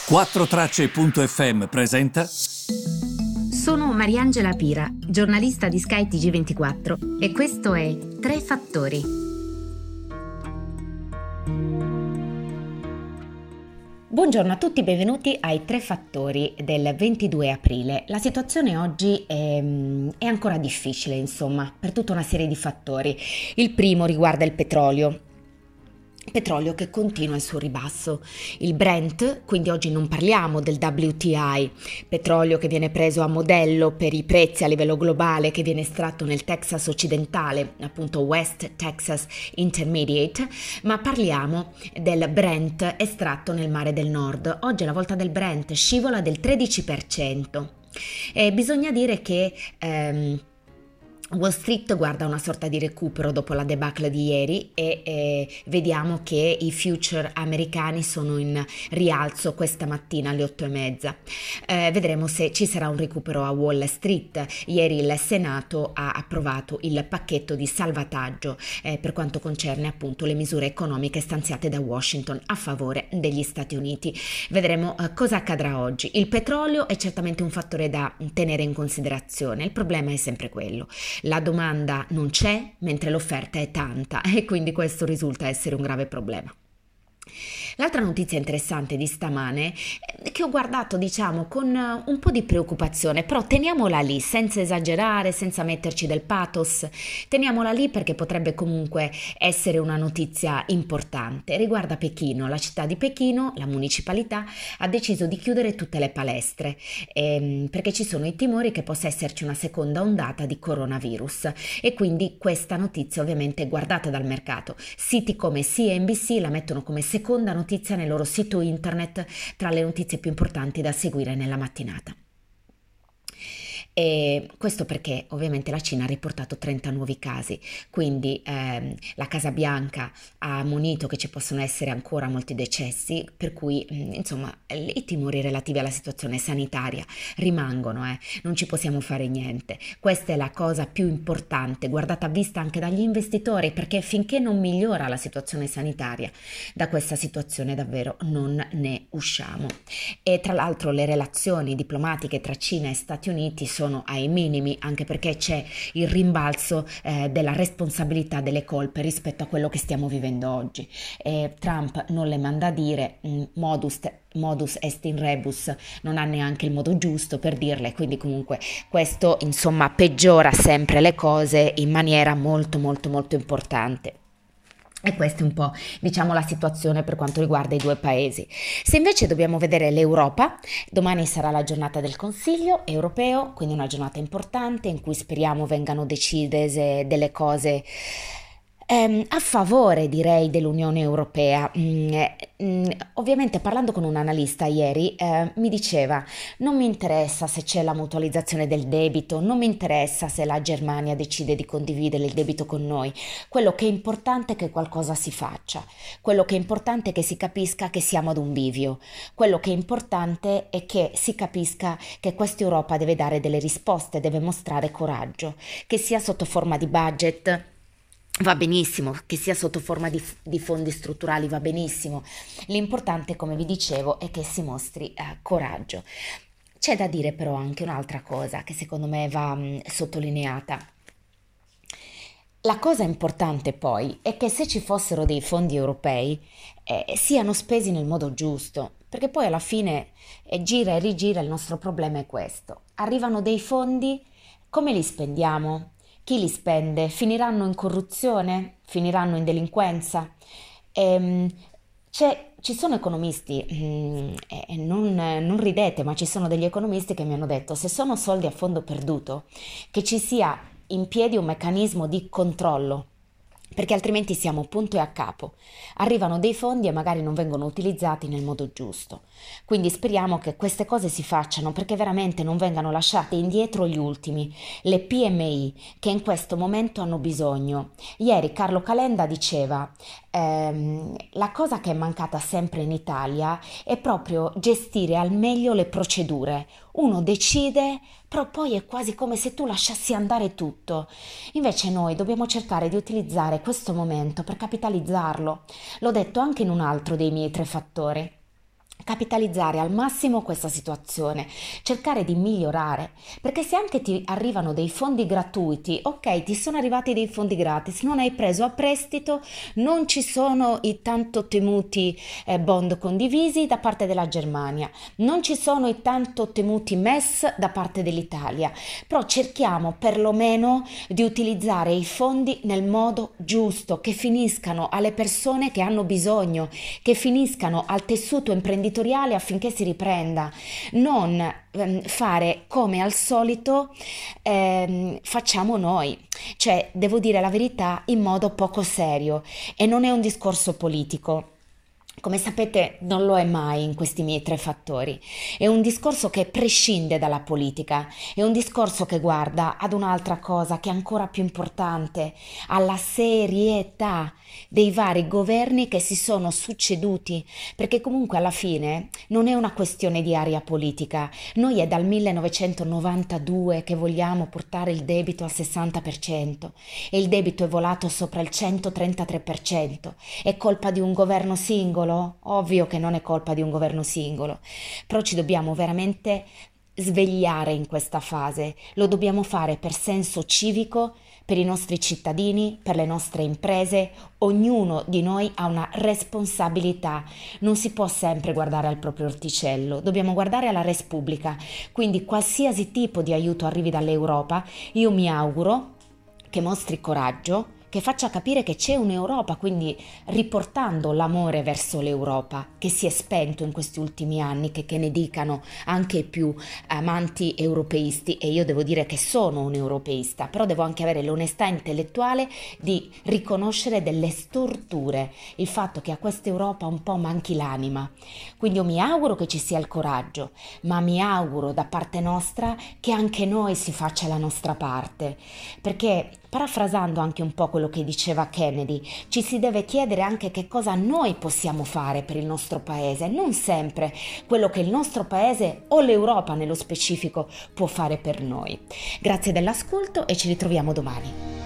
4Tracce.fm presenta. Sono Mariangela Pira, giornalista di Sky TG24 e questo è Tre Fattori. Buongiorno a tutti, benvenuti ai Tre Fattori del 22 aprile. La situazione oggi è ancora difficile, insomma, per tutta una serie di fattori. Il primo riguarda il petrolio che continua il suo ribasso. Il Brent, quindi oggi non parliamo del WTI, petrolio che viene preso a modello per i prezzi a livello globale, che viene estratto nel Texas occidentale, appunto West Texas Intermediate, ma parliamo del Brent estratto nel mare del Nord. Oggi la volta del Brent scivola del 13%. Bisogna dire che Wall Street guarda una sorta di recupero dopo la debacle di ieri e vediamo che i future americani sono in rialzo questa mattina alle 8:30. Vedremo se ci sarà un recupero a Wall Street. Ieri il Senato ha approvato il pacchetto di salvataggio per quanto concerne appunto le misure economiche stanziate da Washington a favore degli Stati Uniti. Vedremo cosa accadrà oggi. Il petrolio è certamente un fattore da tenere in considerazione. Il problema è sempre quello. La domanda non c'è, mentre l'offerta è tanta e quindi questo risulta essere un grave problema. L'altra notizia interessante di stamane che ho guardato con un po' di preoccupazione, però teniamola lì senza esagerare, senza metterci del pathos, teniamola lì perché potrebbe comunque essere una notizia importante. Riguarda Pechino, la città di Pechino, la municipalità ha deciso di chiudere tutte le palestre perché ci sono i timori che possa esserci una seconda ondata di coronavirus e quindi questa notizia ovviamente è guardata dal mercato. Siti come CNBC la mettono come seconda notizia nel loro sito internet tra le notizie più importanti da seguire nella mattinata. E questo perché ovviamente la Cina ha riportato 30 nuovi casi, quindi la Casa Bianca ha ammonito che ci possono essere ancora molti decessi, per cui insomma i timori relativi alla situazione sanitaria rimangono, non ci possiamo fare niente. Questa è la cosa più importante, guardata a vista anche dagli investitori, perché finché non migliora la situazione sanitaria, da questa situazione davvero non ne usciamo. E tra l'altro le relazioni diplomatiche tra Cina e Stati Uniti sono ai minimi, anche perché c'è il rimbalzo della responsabilità delle colpe rispetto a quello che stiamo vivendo oggi. Trump non le manda a dire, modus est in rebus, non ha neanche il modo giusto per dirle, quindi comunque questo insomma peggiora sempre le cose in maniera molto molto molto importante. E questa è un po', la situazione per quanto riguarda i due paesi. Se invece dobbiamo vedere l'Europa, domani sarà la giornata del Consiglio europeo, quindi una giornata importante in cui speriamo vengano decise delle cose a favore, direi, dell'Unione Europea. Ovviamente parlando con un analista ieri mi diceva: non mi interessa se c'è la mutualizzazione del debito, non mi interessa se la Germania decide di condividere il debito con noi, quello che è importante è che qualcosa si faccia, quello che è importante è che si capisca che siamo ad un bivio, quello che è importante è che si capisca che questa Europa deve dare delle risposte, deve mostrare coraggio, che sia sotto forma di budget va benissimo, che sia sotto forma di fondi strutturali va benissimo, l'importante, come vi dicevo, è che si mostri coraggio. C'è da dire però anche un'altra cosa che secondo me va sottolineata. La cosa importante poi è che se ci fossero dei fondi europei siano spesi nel modo giusto, perché poi alla fine gira e rigira il nostro problema è questo. Arrivano dei fondi, come li spendiamo? Chi li spende? Finiranno in corruzione? Finiranno in delinquenza? Ci sono economisti, non ridete, ma ci sono degli economisti che mi hanno detto: se sono soldi a fondo perduto, che ci sia in piedi un meccanismo di controllo, perché altrimenti siamo punto e a capo. Arrivano dei fondi e magari non vengono utilizzati nel modo giusto. Quindi speriamo che queste cose si facciano, perché veramente non vengano lasciate indietro gli ultimi, le PMI che in questo momento hanno bisogno. Ieri Carlo Calenda diceva: la cosa che è mancata sempre in Italia è proprio gestire al meglio le procedure. Uno decide, però poi è quasi come se tu lasciassi andare tutto. Invece noi dobbiamo cercare di utilizzare questo momento per capitalizzarlo. L'ho detto anche in un altro dei miei tre fattori. capitalizzare al massimo questa situazione, cercare di migliorare, perché se anche ti arrivano dei fondi gratuiti, ok, ti sono arrivati dei fondi gratis, non hai preso a prestito, non ci sono i tanto temuti bond condivisi da parte della Germania, non ci sono i tanto temuti MES da parte dell'Italia, però cerchiamo perlomeno di utilizzare i fondi nel modo giusto, che finiscano alle persone che hanno bisogno, che finiscano al tessuto imprenditoriale affinché si riprenda, non fare come al solito facciamo noi, cioè devo dire la verità in modo poco serio, e non è un discorso politico. Come sapete, non lo è mai in questi miei tre fattori. È un discorso che prescinde dalla politica, è un discorso che guarda ad un'altra cosa che è ancora più importante, alla serietà dei vari governi che si sono succeduti, perché comunque alla fine non è una questione di area politica. Noi è dal 1992 che vogliamo portare il debito al 60% e il debito è volato sopra il 133%. È colpa di un governo singolo? Ovvio che non è colpa di un governo singolo, però ci dobbiamo veramente svegliare in questa fase, lo dobbiamo fare per senso civico, per i nostri cittadini, per le nostre imprese. Ognuno di noi ha una responsabilità, non si può sempre guardare al proprio orticello, dobbiamo guardare alla res publica, quindi qualsiasi tipo di aiuto arrivi dall'Europa, io mi auguro che mostri coraggio, che faccia capire che c'è un'Europa, quindi riportando l'amore verso l'Europa che si è spento in questi ultimi anni, che ne dicano anche i più amanti europeisti, e io devo dire che sono un europeista, però devo anche avere l'onestà intellettuale di riconoscere delle storture, il fatto che a questa Europa un po' manchi l'anima. Quindi io mi auguro che ci sia il coraggio, ma mi auguro da parte nostra che anche noi si faccia la nostra parte, perché parafrasando anche un po' quello che diceva Kennedy, ci si deve chiedere anche che cosa noi possiamo fare per il nostro paese, non sempre quello che il nostro paese o l'Europa nello specifico può fare per noi. Grazie dell'ascolto e ci ritroviamo domani.